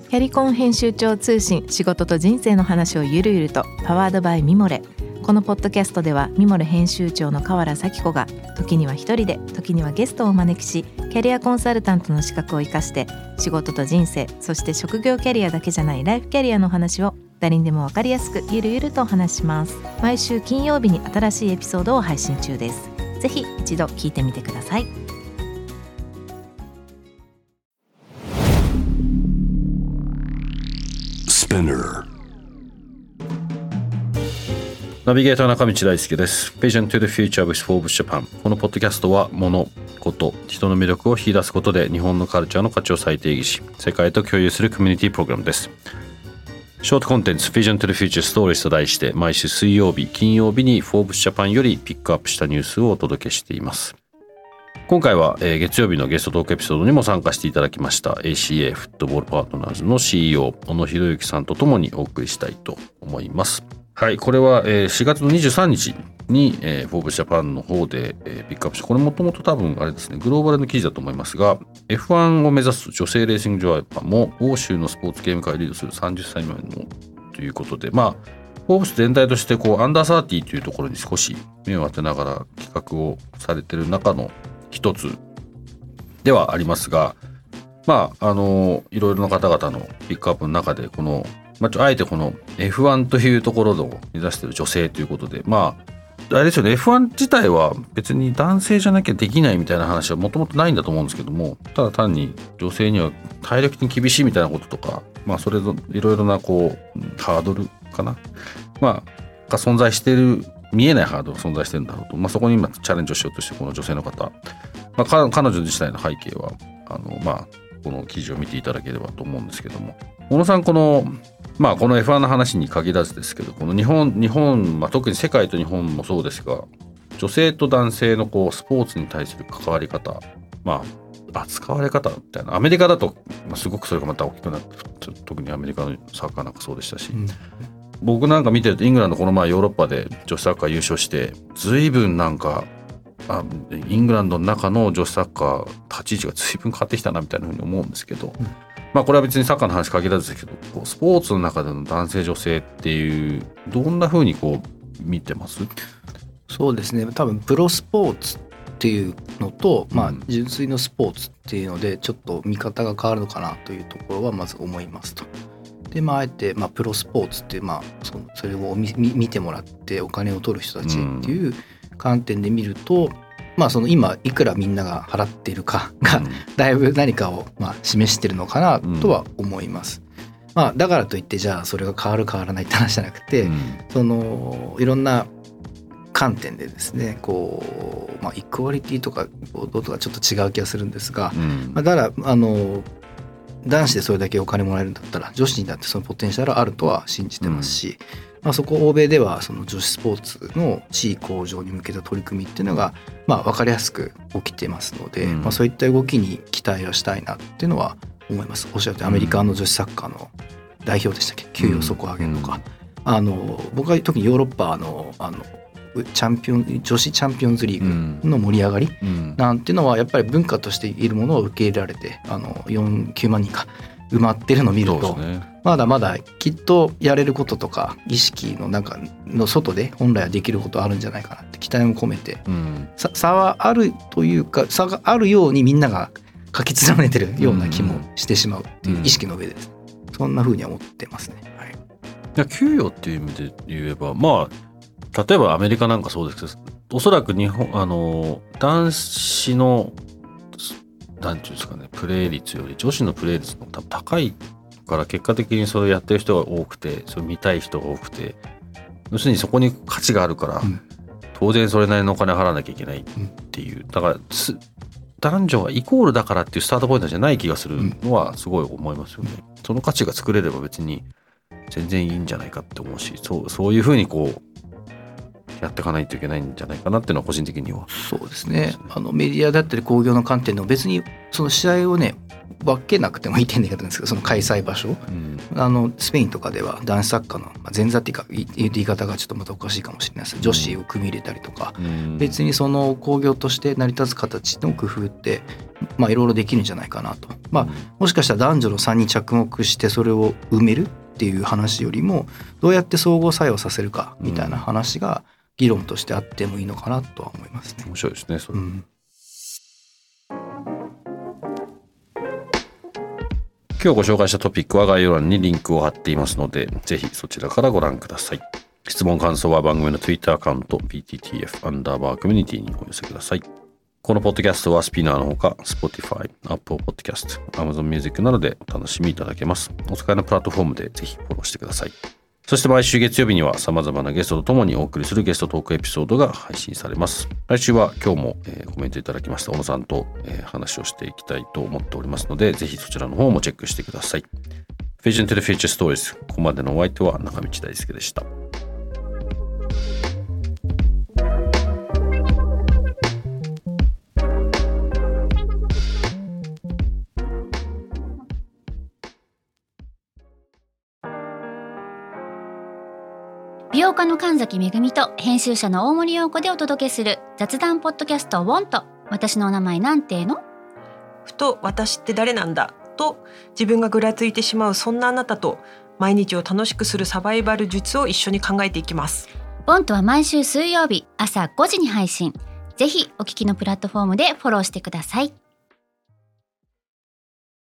キャリコン編集長通信、仕事と人生の話をゆるゆると、パワードバイミモレ。このポッドキャストではミモレ編集長の河原咲子が時には一人で、時にはゲストをお招きし、キャリアコンサルタントの資格を生かして仕事と人生、そして職業キャリアだけじゃないライフキャリアの話を誰にでも分かりやすくゆるゆるとお話します。毎週金曜日に新しいエピソードを配信中です。ぜひ一度聞いてみてください。 ナビゲーター中道大輔です。 Vision to the Future with Forbes Japan。 このポッドキャストは物、こと、人の魅力を引き出すことで日本のカルチャーの価値を再定義し、世界と共有するコミュニティプログラムです。ショートコンテンツ Vision to the Future Stories と題して、毎週水曜日、金曜日に Forbes Japan よりピックアップしたニュースをお届けしています。今回は月曜日のゲストトークエピソードにも参加していただきました ACA フットボールパートナーズの CEO 小野博之さんとともにお送りしたいと思います。はい、これは4月の23日にフォーブスジャパンの方でピックアップして、これもともと多分あれですね、グローバルの記事だと思いますが、 F1 を目指す女性レーシングドライバーも欧州のスポーツゲーム界をリードする30歳未満のということで、フォーブス全体としてアンダー30というところに少し目を当てながら企画をされている中の一つではありますが、いろいろな方々のピックアップの中であえてこの F1 というところを目指している女性ということで、あれですよね、 F1 自体は別に男性じゃなきゃできないみたいな話はもともとないんだと思うんですけども、ただ単に女性には体力的に厳しいみたいなこととか、それぞれいろいろなハードルかな、が存在している、見えないハードルが存在しているんだろうと、そこに今チャレンジをしようとしているこの女性の方、彼女自体の背景はこの記事を見ていただければと思うんですけども、小野さん、この F1 の話に限らずですけど、この日本、特に世界と日本もそうですが、女性と男性のスポーツに対する関わり方、扱われ方みたいな、アメリカだとすごくそれがまた大きくなって、特にアメリカのサッカーなんかそうでしたし、僕なんか見てるとイングランドこの前ヨーロッパで女子サッカー優勝して、随分イングランドの中の女子サッカー立ち位置が随分変わってきたなみたいなふうに思うんですけど、これは別にサッカーの話限らずですけど、スポーツの中での男性女性っていう、どんなふうに見てます？ そうですね、多分プロスポーツっていうのと、純粋のスポーツっていうのでちょっと見方が変わるのかなというところはまず思いますと。であえてプロスポーツってそれを見てもらってお金を取る人たちっていう観点で見ると、その今いくらみんなが払っているかがだいぶ何かを示してるのかなとは思います。だからといってじゃあそれが変わる変わらないって話じゃなくて、いろんな観点でですね、イクオリティとかどうとかちょっと違う気がするんですが、だから男子でそれだけお金もらえるんだったら女子にだってそのポテンシャルあるとは信じてますし、そこ欧米ではその女子スポーツの地位向上に向けた取り組みっていうのが分かりやすく起きてますので、そういった動きに期待はしたいなっていうのは思います。おっしゃるとアメリカの女子サッカーの代表でしたっけ、給与底上げとか、僕は特にヨーロッパの女子チャンピオンズリーグの盛り上がりなんていうのはやっぱり文化としているものを受け入れられて、9万人か埋まってるのを見ると、まだまだきっとやれることとか意識の中の外で本来はできることあるんじゃないかなって期待も込めて、差はあるというか、差があるようにみんなが書き連ねてるような気もしてしまうっていう意識の上で、そんな風には思ってますね。 給与っていう意味で言えば、例えばアメリカなんかそうですけど、おそらく男子のなんていうんですかね、プレー率より女子のプレー率の多分高いから、結果的にそれをやってる人が多くて、それを見たい人が多くて、要するにそこに価値があるから、当然それなりのお金払わなきゃいけないっていう、だから男女がイコールだからっていうスタートポイントじゃない気がするのはすごい思いますよね。その価値が作れれば別に全然いいんじゃないかって思うし、そういうふうにやっていかないといけないんじゃないかなっていうのは個人的には。 そうですね、メディアだったり工業の観点でも別にその試合をね分けなくてもいい点でやるんですけど、その開催場所、スペインとかでは男子サッカーの前座っていうか言い方がちょっとまたおかしいかもしれないです。女子を組み入れたりとか、別にその興行として成り立つ形の工夫っていろいろできるんじゃないかなと。もしかしたら男女の差に着目してそれを埋めるっていう話よりも、どうやって相互作用させるかみたいな話が議論としてあってもいいのかなとは思いますね。 面白いですねそれ。今日ご紹介したトピックは概要欄にリンクを貼っていますので、ぜひそちらからご覧ください。質問感想は番組の Twitter アカウント PTTF_community にお寄せください。このポッドキャストはスピナーのほか Spotify、Apple Podcast、Amazon Music などでお楽しみいただけます。お使いのプラットフォームでぜひフォローしてください。そして毎週月曜日には様々なゲストとともにお送りするゲストトークエピソードが配信されます。来週は今日もコメントいただきました小野さんと話をしていきたいと思っておりますので、ぜひそちらの方もチェックしてください。Vision to the Future Stories。ここまでのお相手は中道大輔でした。 美容家の神崎めぐみと編集者の大森洋子でお届けする雑談ポッドキャストウォンと私のお名前なんていうの？ ふと私って誰なんだと自分がぐらついてしまうそんなあなたと毎日を楽しくするサバイバル術を一緒に考えていきます。 ウォンとは毎週水曜日朝5時に配信。ぜひお聞きのプラットフォームでフォローしてください。